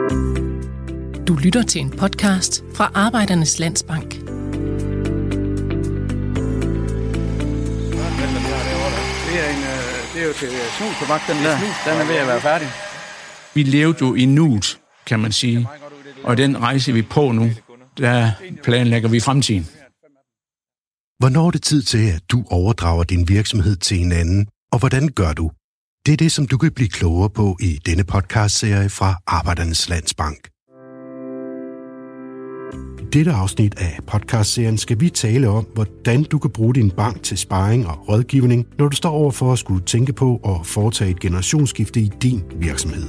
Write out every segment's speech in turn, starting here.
Du lytter til en podcast fra Arbejdernes Landsbank. Det er jo til snustobak, den er ved at være færdig. Vi levede jo i nuet, kan man sige. Og den rejse vi på nu, der planlægger vi fremtiden. Hvornår er det tid til, at du overdrager din virksomhed til en anden, og hvordan gør du? Det er det, som du kan blive klogere på i denne podcastserie fra Arbejdernes Landsbank. I dette afsnit af podcastserien skal vi tale om, hvordan du kan bruge din bank til sparring og rådgivning, når du står over for at skulle tænke på at foretage et generationsskifte i din virksomhed.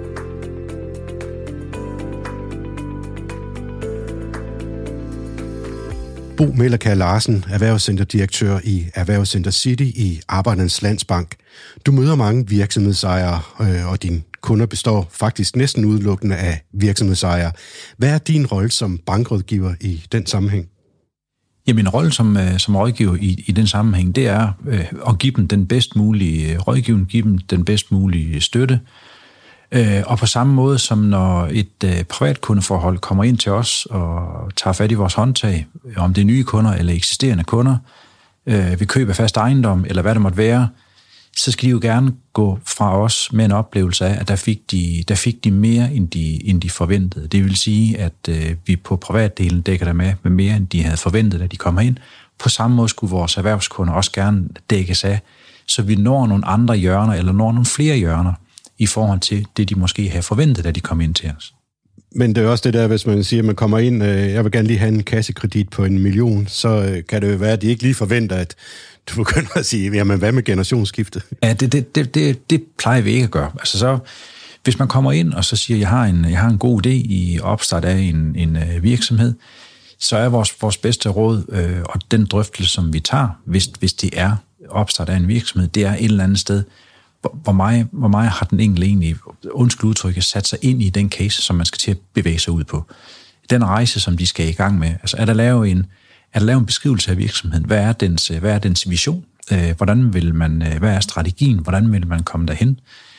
Bo Mellerkær Larsen, erhvervscenterdirektør i Erhvervscenter City i Arbejdernes Landsbank. Du møder mange virksomhedsejere, og dine kunder består faktisk næsten udelukkende af virksomhedsejere. Hvad er din rolle som bankrådgiver i den sammenhæng? Ja, min rolle som rådgiver i den sammenhæng, det er at give dem den bedst mulige rådgivning, give dem den bedst mulige støtte. Og på samme måde som når et privatkundeforhold kommer ind til os og tager fat i vores håndtag, om det er nye kunder eller eksisterende kunder, vi køber fast ejendom eller hvad det måtte være, så skal de jo gerne gå fra os med en oplevelse af, at der fik de mere, end de forventede. Det vil sige, at vi på privatdelen dækker der med mere, end de havde forventet, da de kommer ind. På samme måde skulle vores erhvervskunder også gerne dækkes af, så vi når nogle andre hjørner, eller når nogle flere hjørner, i forhold til det, de måske havde forventet, da de kom ind til os. Men det er også det der, hvis man siger, at man kommer ind, jeg vil gerne lige have en kassekredit på 1 million, så kan det jo være, at de ikke lige forventer, at du begynder at sige, jamen hvad med generationsskifte? Ja, det plejer vi ikke at gøre. Altså så, hvis man kommer ind og så siger, jeg har en god idé i opstart af en virksomhed, så er vores bedste råd, og den drøftelse, som vi tager, hvis det er opstart af en virksomhed, det er et eller andet sted, hvor meget har den enkelte egentlig, undskyld udtrykket, sat sig ind i den case, som man skal til at bevæge sig ud på. Den rejse, som de skal i gang med. Altså er der lavet en beskrivelse af virksomheden? Hvad er dens vision? Hvordan vil man, hvad er strategien? Hvordan vil man komme derhen?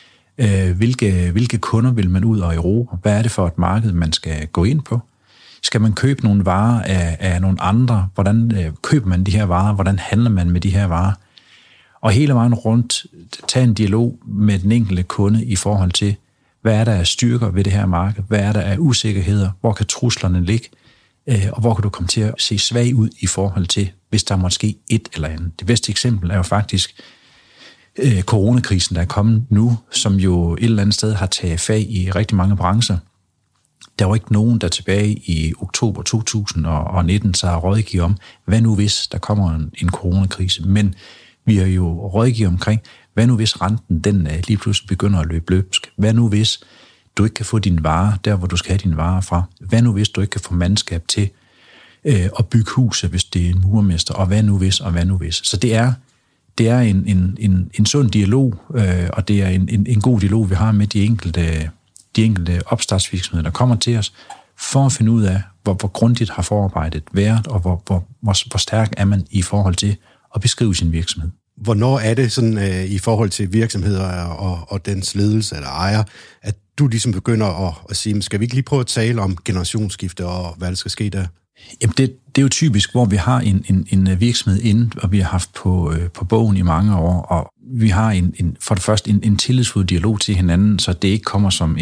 Hvilke kunder vil man ud og erobre? Hvad er det for et marked, man skal gå ind på? Skal man købe nogle varer af nogle andre? Hvordan køber man de her varer? Hvordan handler man med de her varer? Og hele vejen rundt tage en dialog med den enkelte kunde i forhold til, hvad er der af styrker ved det her marked? Hvad er der af usikkerheder? Hvor kan truslerne ligge? Og hvor kan du komme til at se svag ud i forhold til, hvis der måtte ske et eller andet? Det bedste eksempel er jo faktisk coronakrisen, der er kommet nu, som jo et eller andet sted har taget fag i rigtig mange brancher. Der var ikke nogen, der tilbage i oktober 2019 så har rådgivet om, hvad nu hvis der kommer en coronakrise? Men vi har jo rådgivet omkring, hvad nu hvis renten den lige pludselig begynder at løbe løbsk? Hvad nu hvis du ikke kan få dine varer der, hvor du skal have dine varer fra? Hvad nu hvis du ikke kan få mandskab til at bygge huset, hvis det er en murermester? Og hvad nu hvis, og hvad nu hvis? Så det er en sund dialog, og det er en god dialog, vi har med de enkelte opstartsvirksomheder, der kommer til os, for at finde ud af, hvor grundigt har forarbejdet været, og hvor stærk er man i forhold til at beskrive sin virksomhed. Hvornår er det sådan i forhold til virksomheder og dens ledelse eller ejer, at du ligesom begynder at sige, skal vi ikke lige prøve at tale om generationsskifte og hvad der skal ske der? Jamen det er jo typisk, hvor vi har en virksomhed inde, og vi har haft på bogen i mange år, og vi har for det første en tillidsfuld dialog til hinanden, så det ikke kommer som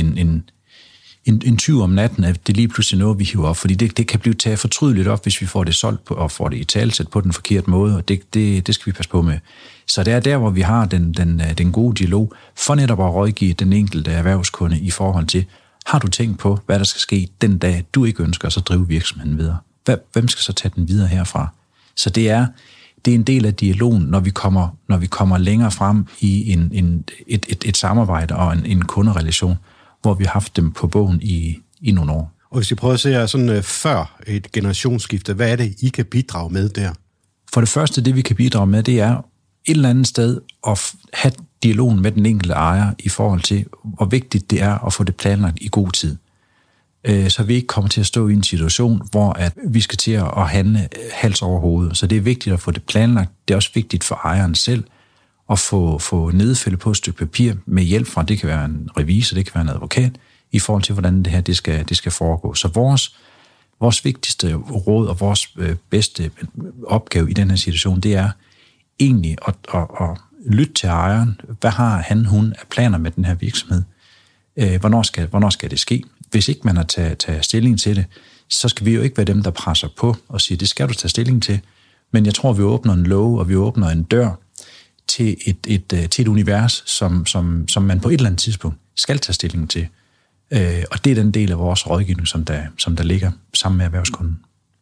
en tyv om natten, at det lige pludselig noget, vi hiver op, fordi det kan blive taget fortrydeligt op, hvis vi får det solgt på, og får det i talsæt på den forkerte måde, og det skal vi passe på med. Så det er der, hvor vi har den gode dialog, for netop at rådgive den enkelte erhvervskunde i forhold til, har du tænkt på, hvad der skal ske den dag, du ikke ønsker at så drive virksomheden videre? Hvem skal så tage den videre herfra? Så det er en del af dialogen, når vi kommer længere frem i et samarbejde og en kunderelation, hvor vi har haft dem på bogen i nogle år. Og hvis vi prøver at se sådan før et generationsskifte, hvad er det, I kan bidrage med der? For det første, det vi kan bidrage med, det er et eller andet sted at have dialogen med den enkelte ejer i forhold til, hvor vigtigt det er at få det planlagt i god tid. Så vi ikke kommer til at stå i en situation, hvor at vi skal til at handle hals over hovedet. Så det er vigtigt at få det planlagt. Det er også vigtigt for ejeren selv at få nedfældet på et stykke papir med hjælp fra, det kan være en revisor, det kan være en advokat, i forhold til, hvordan det her det skal foregå. Så vores vigtigste råd og vores bedste opgave i den her situation, det er egentlig at lytte til ejeren. Hvad har hun af planer med den her virksomhed? Hvornår skal det ske? Hvis ikke man har taget stilling til det, så skal vi jo ikke være dem, der presser på og siger, det skal du tage stilling til. Men jeg tror, vi åbner en låge, og vi åbner en dør til et univers, som man på et eller andet tidspunkt skal tage stilling til. Og det er den del af vores rådgivning, som der ligger sammen med erhvervskunden.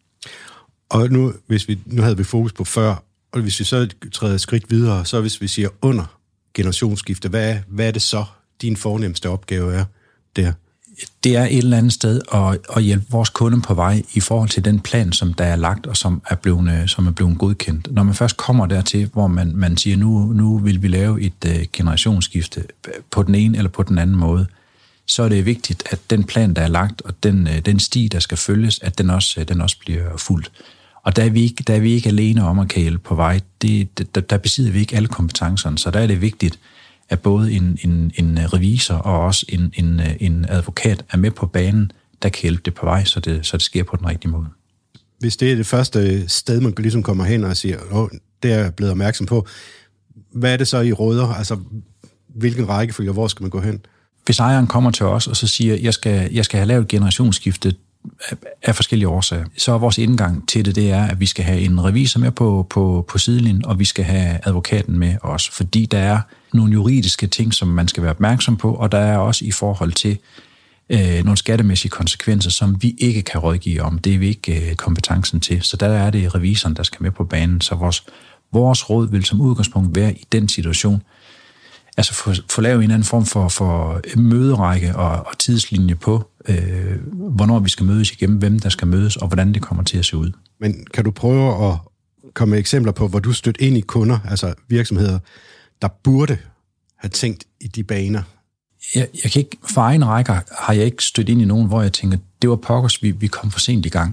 Og nu havde vi fokus på før, og hvis vi så træder et skridt videre, så hvis vi siger under generationsskifte, hvad er det så, din fornemmeste opgave er der? Det er et eller andet sted at hjælpe vores kunde på vej i forhold til den plan, som der er lagt, og som er blevet godkendt. Når man først kommer dertil, hvor man siger, nu vil vi lave et generationsskifte på den ene eller på den anden måde, så er det vigtigt, at den plan, der er lagt, og den sti, der skal følges, at den også bliver fuldt. Og der er vi ikke alene om at kan hjælpe på vej. Der besidder vi ikke alle kompetencerne, så der er det vigtigt, at både en revisor og også en advokat er med på banen, der kan hjælpe det på vej, så det sker på den rigtige måde. Hvis det er det første sted, man ligesom kommer hen og siger, det er jeg blevet opmærksom på, hvad er det så, I råder? Altså, hvilken rækkefølge, hvor skal man gå hen? Hvis ejeren kommer til os og så siger, jeg skal have lavet generationsskifte af forskellige årsager, så er vores indgang til det er, at vi skal have en revisor med på sidelinjen, og vi skal have advokaten med os, fordi der er nogle juridiske ting, som man skal være opmærksom på, og der er også i forhold til nogle skattemæssige konsekvenser, som vi ikke kan rådgive om. Det er vi ikke kompetencen til. Så der er det revisoren, der skal med på banen. Så vores råd vil som udgangspunkt være i den situation, altså få lavet en anden form for møderække og tidslinje på, hvornår vi skal mødes igennem, hvem der skal mødes, og hvordan det kommer til at se ud. Men kan du prøve at komme med eksempler på, hvor du stødt ind i kunder, altså virksomheder, der burde have tænkt i de baner? Jeg kan ikke, for egen rækker har jeg ikke stødt ind i nogen, hvor jeg tænker, det var pokkers, vi kom for sent i gang.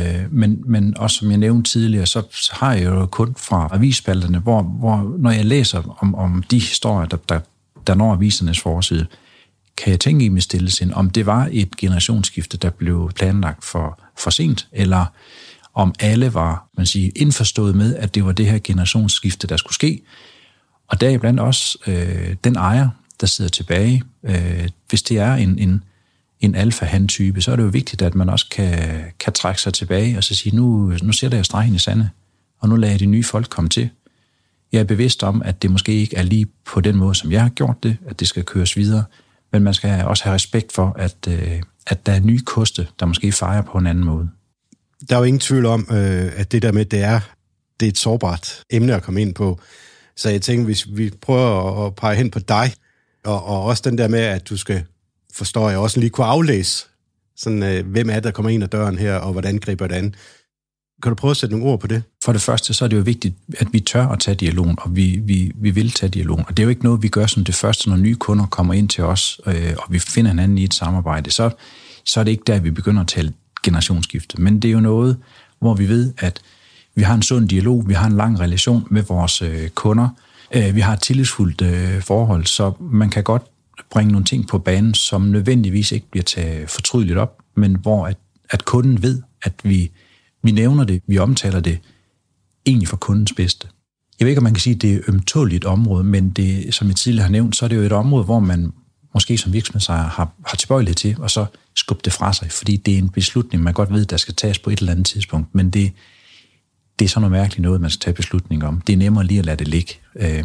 Men også som jeg nævnte tidligere, så har jeg jo kun fra avisspalterne, hvor når jeg læser om de historier, der når avisernes forside, kan jeg tænke i mit stille sind, om det var et generationsskifte, der blev planlagt for sent, eller om alle var indforstået med, at det var det her generationsskifte, der skulle ske. Og deriblandt også den ejer, der sidder tilbage. Hvis det er en alfa-han-type, så er det jo vigtigt, at man også kan trække sig tilbage og så sige, nu sætter jeg stregen i sande, og nu lader jeg de nye folk komme til. Jeg er bevidst om, at det måske ikke er lige på den måde, som jeg har gjort det, at det skal køres videre, men man skal også have respekt for, at der er nye koste, der måske fejrer på en anden måde. Der er jo ingen tvivl om, at det der med, det er et sårbart emne at komme ind på. Så jeg tænker, hvis vi prøver at pege hen på dig, og også den der med, at du skal, forstår jeg, også lige kunne aflæse, sådan, hvem er der kommer ind ad døren her, og hvordan griber det an. Kan du prøve at sætte nogle ord på det? For det første, så er det jo vigtigt, at vi tør at tage dialogen, og vi vil tage dialogen. Og det er jo ikke noget, vi gør som det første, når nye kunder kommer ind til os, og vi finder hinanden i et samarbejde. Så er det ikke der, vi begynder at tale generationsskifte. Men det er jo noget, hvor vi ved, at vi har en sund dialog, vi har en lang relation med vores kunder, vi har et tillidsfuldt forhold, så man kan godt bringe nogle ting på banen, som nødvendigvis ikke bliver taget fortrydeligt op, men hvor at kunden ved, at vi nævner det, vi omtaler det egentlig for kundens bedste. Jeg ved ikke, om man kan sige, at det er et ømtåligt område, men det, som jeg tidligere har nævnt, så er det jo et område, hvor man måske som virksomhedsejer har tilbøjelighed til, og så skubbe det fra sig, fordi det er en beslutning, man godt ved, der skal tages på et eller andet tidspunkt, men det er sådan noget mærkeligt noget, man skal tage beslutning om. Det er nemmere lige at lade det ligge.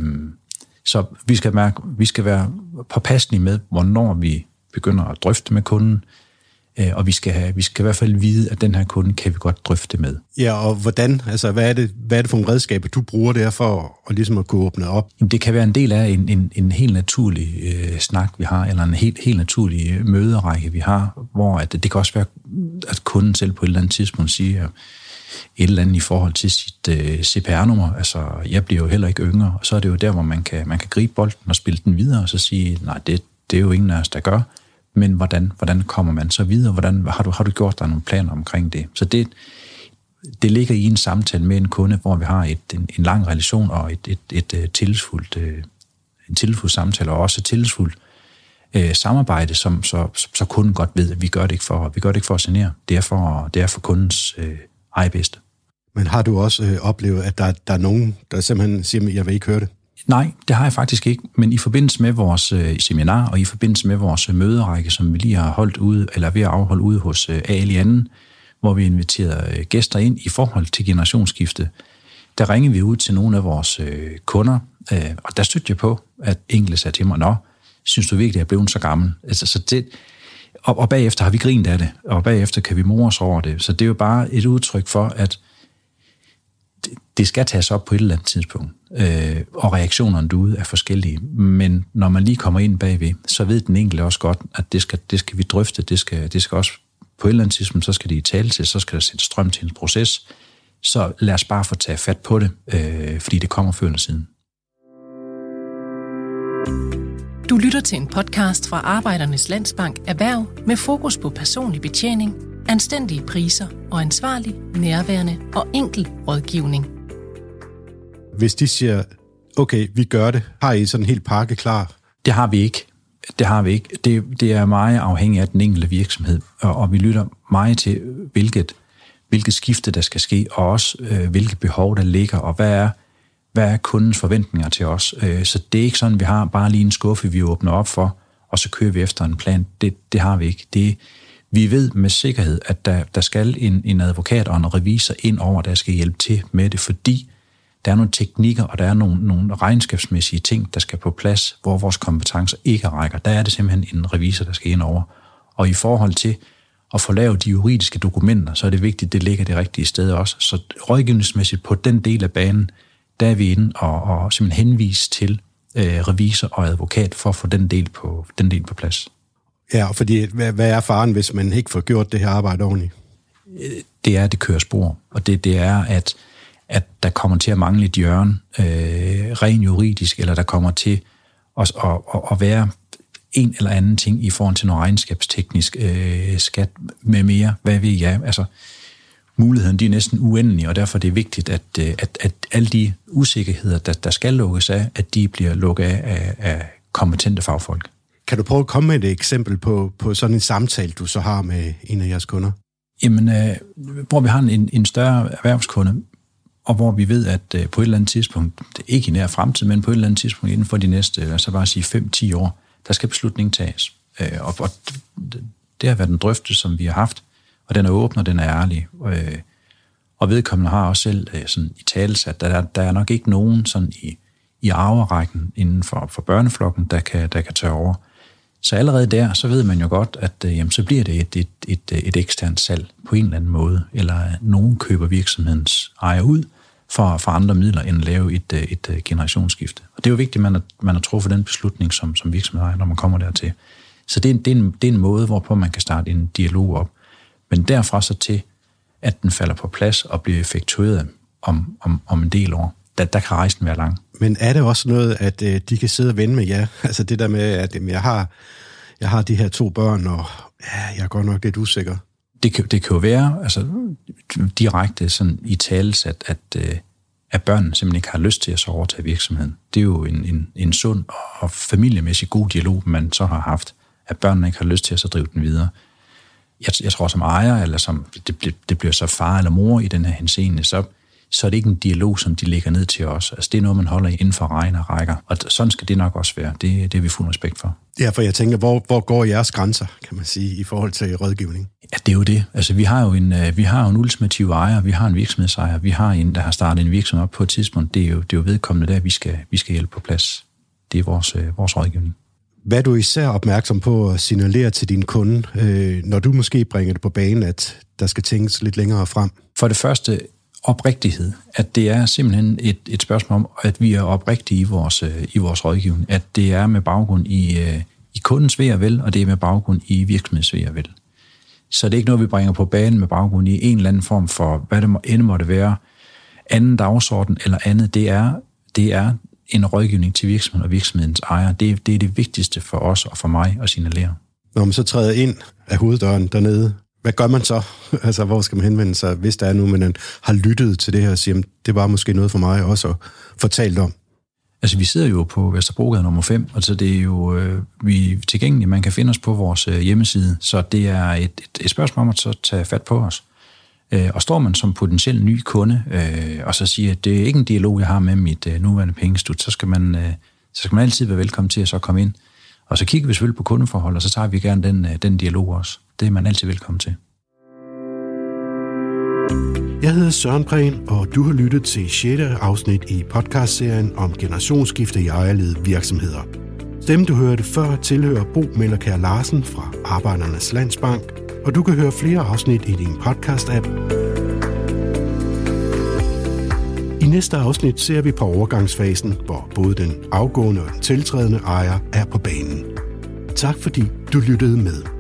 Så vi skal være påpasselige med, hvornår vi begynder at drøfte med kunden, og vi skal i hvert fald vide, at den her kunde kan vi godt drøfte med. Ja, og hvordan? Altså, hvad er det for nogle redskaber, du bruger der for at ligesom at kunne åbne op? Det kan være en del af en helt naturlig snak, vi har, eller en helt naturlig møderække, vi har, hvor det kan også være, at kunden selv på et eller andet tidspunkt siger et eller andet i forhold til sit CPR-nummer. Altså, jeg bliver jo heller ikke yngre, og så er det jo der, hvor man kan gribe bolden og spille den videre, og så sige, nej, det er jo ingen af os, der gør. Men hvordan kommer man så videre? Har du gjort dig nogle planer omkring det? Så det ligger i en samtale med en kunde, hvor vi har en lang relation og en tillidsfuld samtale, og også et tillidsfuldt samarbejde, så kunden godt ved, at vi gør det ikke for at genere. Det er for kundens eget bedste. Men har du også oplevet, at der er nogen, der simpelthen siger, at jeg vil ikke høre det? Nej, det har jeg faktisk ikke, men i forbindelse med vores seminar og i forbindelse med vores møderække, som vi lige har holdt ude, eller ved at afholde ude hos AL i anden, hvor vi inviterer gæster ind i forhold til generationsskifte, der ringer vi ud til nogle af vores kunder, og der støtter jeg på, at enkelte sagde til mig, nå, synes du virkelig, at jeg er blevet så gammel? Altså, så det, og bagefter har vi grint af det, og bagefter kan vi more os over det. Så det er jo bare et udtryk for, at det skal tages op på et eller andet tidspunkt, og reaktionerne derude er forskellige. Men når man lige kommer ind bagved, så ved den enkelte også godt, at det skal vi drøfte, det skal også på et eller andet tidspunkt, så skal det i tale til, så skal der sætte strøm til en proces. Så lad os bare få taget fat på det, fordi det kommer før eller siden. Du lytter til en podcast fra Arbejdernes Landsbank Erhverv med fokus på personlig betjening, anstændige priser og ansvarlig, nærværende og enkel rådgivning. Hvis de siger, okay, vi gør det, har I sådan en hel pakke klar? Det har vi ikke. Det er meget afhængigt af den enkelte virksomhed, og vi lytter meget til, hvilket skifte der skal ske, og også hvilke behov der ligger, og hvad er kundens forventninger til os. Så det er ikke sådan, vi har bare lige en skuffe, vi åbner op for, og så kører vi efter en plan. Det har vi ikke. Vi ved med sikkerhed, at der skal en advokat og en revisor ind over, der skal hjælpe til med det, fordi der er nogle teknikker, og der er nogle regnskabsmæssige ting, der skal på plads, hvor vores kompetencer ikke rækker. Der er det simpelthen en revisor, der skal ind over. Og i forhold til at få lavet de juridiske dokumenter, så er det vigtigt, at det ligger det rigtige sted også. Så rådgivningsmæssigt på den del af banen, der er vi inde og simpelthen henvise til revisor og advokat for at få den del på plads. Ja, fordi hvad er faren, hvis man ikke får gjort det her arbejde ordentligt? Det er, at det kører spor, og det er, at der kommer til at mangle et hjørne, rent juridisk, eller der kommer til at være en eller anden ting i forhold til noget regnskabsteknisk skat med mere. Hvad ved jeg? Altså, muligheden de er næsten uendelige, og derfor er det vigtigt, at alle de usikkerheder, der skal lukkes af, at de bliver lukket af kompetente fagfolk. Kan du prøve at komme med et eksempel på sådan en samtale, du så har med en af jeres kunder? Jamen, hvor vi har en større erhvervskunde, og hvor vi ved, at på et eller andet tidspunkt, ikke i nær fremtid, men på et eller andet tidspunkt inden for de næste, altså bare sige 5-10 år, der skal beslutningen tages. Og det har været en drøftelse, som vi har haft, og den er åben, og den er ærlig. Og vedkommende har også selv sådan i talesat, at der er nok ikke nogen sådan i arverækken inden for børneflokken, der kan tage over. Så allerede der, så ved man jo godt, at jamen, så bliver det et eksternt salg på en eller anden måde, eller nogen køber virksomhedens ejer ud for andre midler, end at lave et generationsskifte. Og det er jo vigtigt, at man har truffet den beslutning som virksomhedsejer, når man kommer dertil. Så det er en måde, hvorpå man kan starte en dialog op. Men derfra så til, at den falder på plads og bliver effektueret om en del år, der kan rejsen være lang. Men er det også noget, at de kan sidde og vende med jer? Altså det der med, at jeg har de her 2 børn, og jeg er godt nok lidt usikker. Det kan jo være altså, direkte sådan i talesat, at børnene simpelthen ikke har lyst til at så overtage virksomheden. Det er jo en sund og familiemæssig god dialog, man så har haft, at børnene ikke har lyst til at så drive den videre. Jeg tror som ejer, eller som det bliver så far eller mor i den her henseende, så er det ikke en dialog, som de lægger ned til os. Altså det er noget, man holder inden for regn og rækker. Og sådan skal det nok også være. Det er vi fuld respekt for. Ja, for jeg tænker, hvor går jeres grænser, kan man sige, i forhold til rådgivning? Ja, det er jo det. Altså vi har jo en ultimativ ejer, vi har en virksomhedsejer, vi har en, der har startet en virksomhed op på et tidspunkt. Det er jo vedkommende der, vi skal hjælpe på plads. Det er vores rådgivning. Hvad er du især opmærksom på at signalere til din kunde, når du måske bringer det på banen, at der skal tænkes lidt længere frem? For det første oprigtighed, at det er simpelthen et spørgsmål om, at vi er oprigtige i vores rådgivning, at det er med baggrund i kundens ve og vel, og det er med baggrund i virksomhedens ve og vel. Så det er ikke noget, vi bringer på banen med baggrund i en eller anden form for, hvad det måtte være, anden dagsorden eller andet. Det er en rådgivning til virksomheden og virksomhedens ejer. Det er det vigtigste for os og for mig at signalere. Når man så træder ind af hoveddøren dernede, hvad gør man så? Altså, hvor skal man henvende sig, hvis der er nu, man har lyttet til det her og siger, det var måske noget for mig også at fortalt om? Altså, vi sidder jo på Vesterbrogade nummer 5, og så det er jo vi er tilgængelige. Man kan finde os på vores hjemmeside, så det er et spørgsmål om at så tage fat på os. Og står man som potentiel ny kunde, og så siger, at det er ikke en dialog, jeg har med mit nuværende pengeinstitut, så skal man altid være velkommen til at så komme ind. Og så kigger vi selvfølgelig på kundeforhold, og så tager vi gerne den dialog også. Det er man altid velkommen til. Jeg hedder Søren Prehn, og du har lyttet til 6. afsnit i podcastserien om generationsskifte i ejerledede virksomheder. Stemmen, du hørte før, tilhører Bo Møllerkær Larsen fra Arbejdernes Landsbank, og du kan høre flere afsnit i din podcast-app. I næste afsnit ser vi på overgangsfasen, hvor både den afgående og den tiltrædende ejer er på banen. Tak fordi du lyttede med.